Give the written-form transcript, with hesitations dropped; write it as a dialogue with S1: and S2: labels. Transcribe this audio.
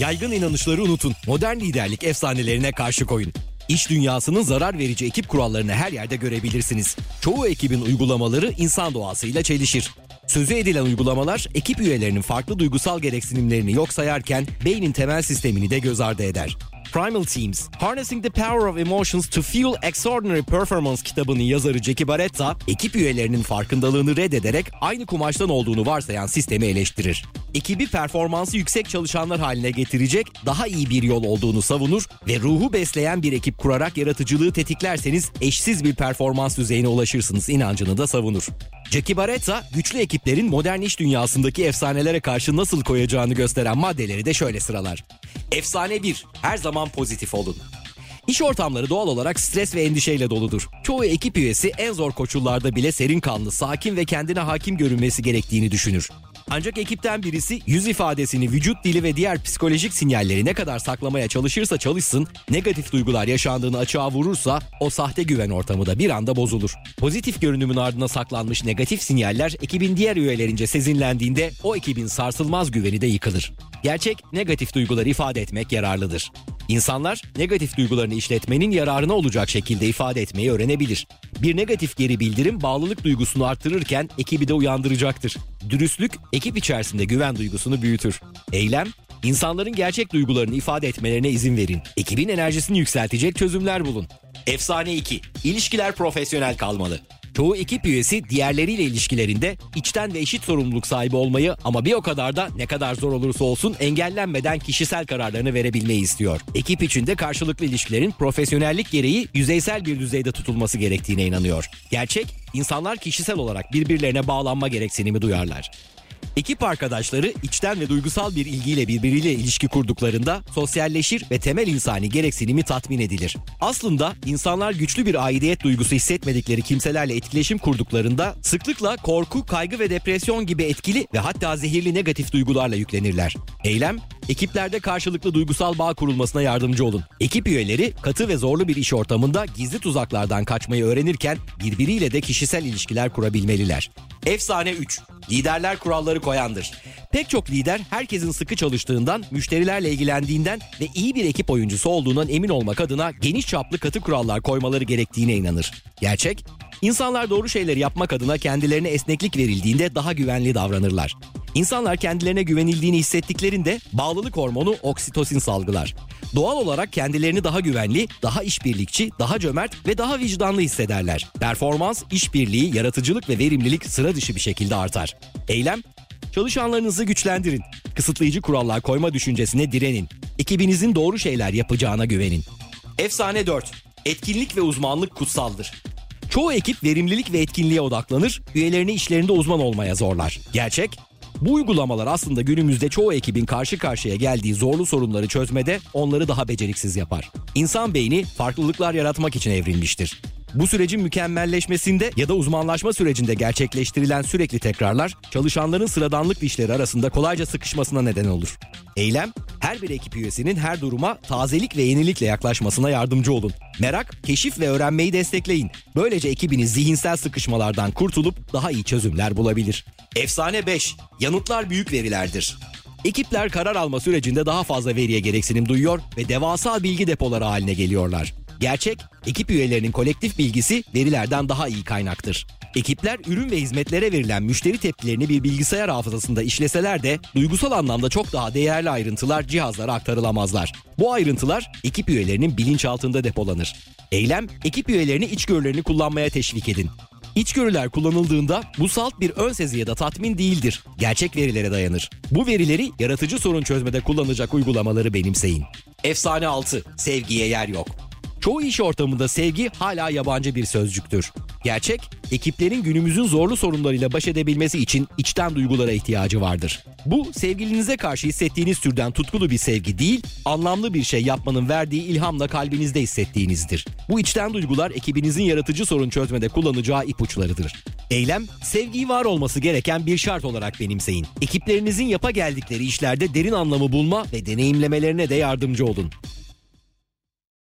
S1: Yaygın inanışları unutun. Modern liderlik efsanelerine karşı koyun. İş dünyasının zarar verici ekip kurallarını her yerde görebilirsiniz. Çoğu ekibin uygulamaları insan doğasıyla çelişir. Sözü edilen uygulamalar ekip üyelerinin farklı duygusal gereksinimlerini yok sayarken beynin temel sistemini de göz ardı eder. Primal Teams, Harnessing the Power of Emotions to Fuel Extraordinary Performance kitabının yazarı Jackie Barretta, ekip üyelerinin farkındalığını reddederek aynı kumaştan olduğunu varsayan sistemi eleştirir. Ekibi performansı yüksek çalışanlar haline getirecek daha iyi bir yol olduğunu savunur ve ruhu besleyen bir ekip kurarak yaratıcılığı tetiklerseniz eşsiz bir performans düzeyine ulaşırsınız inancını da savunur. Jackie Barretta, güçlü ekiplerin modern iş dünyasındaki efsanelere karşı nasıl koyacağını gösteren maddeleri de şöyle sıralar. Efsane 1. Her zaman pozitif olun. İş ortamları doğal olarak stres ve endişeyle doludur. Çoğu ekip üyesi en zor koşullarda bile serin kanlı, sakin ve kendine hakim görünmesi gerektiğini düşünür. Ancak ekipten birisi yüz ifadesini, vücut dili ve diğer psikolojik sinyalleri ne kadar saklamaya çalışırsa çalışsın, negatif duygular yaşandığını açığa vurursa o sahte güven ortamı da bir anda bozulur. Pozitif görünümün ardına saklanmış negatif sinyaller ekibin diğer üyelerince sezinlendiğinde o ekibin sarsılmaz güveni de yıkılır. Gerçek, negatif duyguları ifade etmek yararlıdır. İnsanlar negatif duygularını işletmenin yararına olacak şekilde ifade etmeyi öğrenebilir. Bir negatif geri bildirim bağlılık duygusunu artırırken ekibi de uyandıracaktır. Dürüstlük ekip içerisinde güven duygusunu büyütür. Eylem, insanların gerçek duygularını ifade etmelerine izin verin. Ekibin enerjisini yükseltecek çözümler bulun. Efsane 2. İlişkiler profesyonel kalmalı. Çoğu ekip üyesi diğerleriyle ilişkilerinde içten ve eşit sorumluluk sahibi olmayı ama bir o kadar da ne kadar zor olursa olsun engellenmeden kişisel kararlarını verebilmeyi istiyor. Ekip içinde karşılıklı ilişkilerin profesyonellik gereği yüzeysel bir düzeyde tutulması gerektiğine inanıyor. Gerçek, insanlar kişisel olarak birbirlerine bağlanma gereksinimi duyarlar. Ekip arkadaşları içten ve duygusal bir ilgiyle birbiriyle ilişki kurduklarında sosyalleşir ve temel insani gereksinimi tatmin edilir. Aslında insanlar güçlü bir aidiyet duygusu hissetmedikleri kimselerle etkileşim kurduklarında sıklıkla korku, kaygı ve depresyon gibi etkili ve hatta zehirli negatif duygularla yüklenirler. Eylem, ekiplerde karşılıklı duygusal bağ kurulmasına yardımcı olun. Ekip üyeleri katı ve zorlu bir iş ortamında gizli tuzaklardan kaçmayı öğrenirken birbiriyle de kişisel ilişkiler kurabilmeliler. Efsane 3. Liderler kuralları koyandır. Pek çok lider herkesin sıkı çalıştığından, müşterilerle ilgilendiğinden ve iyi bir ekip oyuncusu olduğundan emin olmak adına geniş çaplı katı kurallar koymaları gerektiğine inanır. Gerçek, insanlar doğru şeyleri yapmak adına kendilerine esneklik verildiğinde daha güvenli davranırlar. İnsanlar kendilerine güvenildiğini hissettiklerinde bağlılık hormonu oksitosin salgılar. Doğal olarak kendilerini daha güvenli, daha işbirlikçi, daha cömert ve daha vicdanlı hissederler. Performans, işbirliği, yaratıcılık ve verimlilik sıra dışı bir şekilde artar. Eylem, çalışanlarınızı güçlendirin. Kısıtlayıcı kurallar koyma düşüncesine direnin. Ekibinizin doğru şeyler yapacağına güvenin. Efsane 4. Etkinlik ve uzmanlık kutsaldır. Çoğu ekip verimlilik ve etkinliğe odaklanır, üyelerini işlerinde uzman olmaya zorlar. Gerçek, bu uygulamalar aslında günümüzde çoğu ekibin karşı karşıya geldiği zorlu sorunları çözmede onları daha beceriksiz yapar. İnsan beyni farklılıklar yaratmak için evrilmiştir. Bu sürecin mükemmelleşmesinde ya da uzmanlaşma sürecinde gerçekleştirilen sürekli tekrarlar çalışanların sıradanlık işleri arasında kolayca sıkışmasına neden olur. Eylem, her bir ekip üyesinin her duruma tazelik ve yenilikle yaklaşmasına yardımcı olun. Merak, keşif ve öğrenmeyi destekleyin. Böylece ekibiniz zihinsel sıkışmalardan kurtulup daha iyi çözümler bulabilir. Efsane 5. Yanıtlar büyük verilerdir. Ekipler karar alma sürecinde daha fazla veriye gereksinim duyuyor ve devasa bilgi depoları haline geliyorlar. Gerçek, ekip üyelerinin kolektif bilgisi verilerden daha iyi kaynaktır. Ekipler ürün ve hizmetlere verilen müşteri tepkilerini bir bilgisayar hafızasında işleseler de duygusal anlamda çok daha değerli ayrıntılar cihazlara aktarılamazlar. Bu ayrıntılar ekip üyelerinin bilinçaltında depolanır. Eylem, ekip üyelerini içgörülerini kullanmaya teşvik edin. İçgörüler kullanıldığında bu salt bir ön sezi ya da tatmin değildir. Gerçek verilere dayanır. Bu verileri yaratıcı sorun çözmede kullanacak uygulamaları benimseyin. Efsane 6. Sevgiye yer yok. Çoğu iş ortamında sevgi hala yabancı bir sözcüktür. Gerçek, ekiplerin günümüzün zorlu sorunlarıyla baş edebilmesi için içten duygulara ihtiyacı vardır. Bu, sevgilinize karşı hissettiğiniz türden tutkulu bir sevgi değil, anlamlı bir şey yapmanın verdiği ilhamla kalbinizde hissettiğinizdir. Bu içten duygular ekibinizin yaratıcı sorun çözmede kullanacağı ipuçlarıdır. Eylem, sevgiyi var olması gereken bir şart olarak benimseyin. Ekiplerinizin yapa geldikleri işlerde derin anlamı bulma ve deneyimlemelerine de yardımcı olun.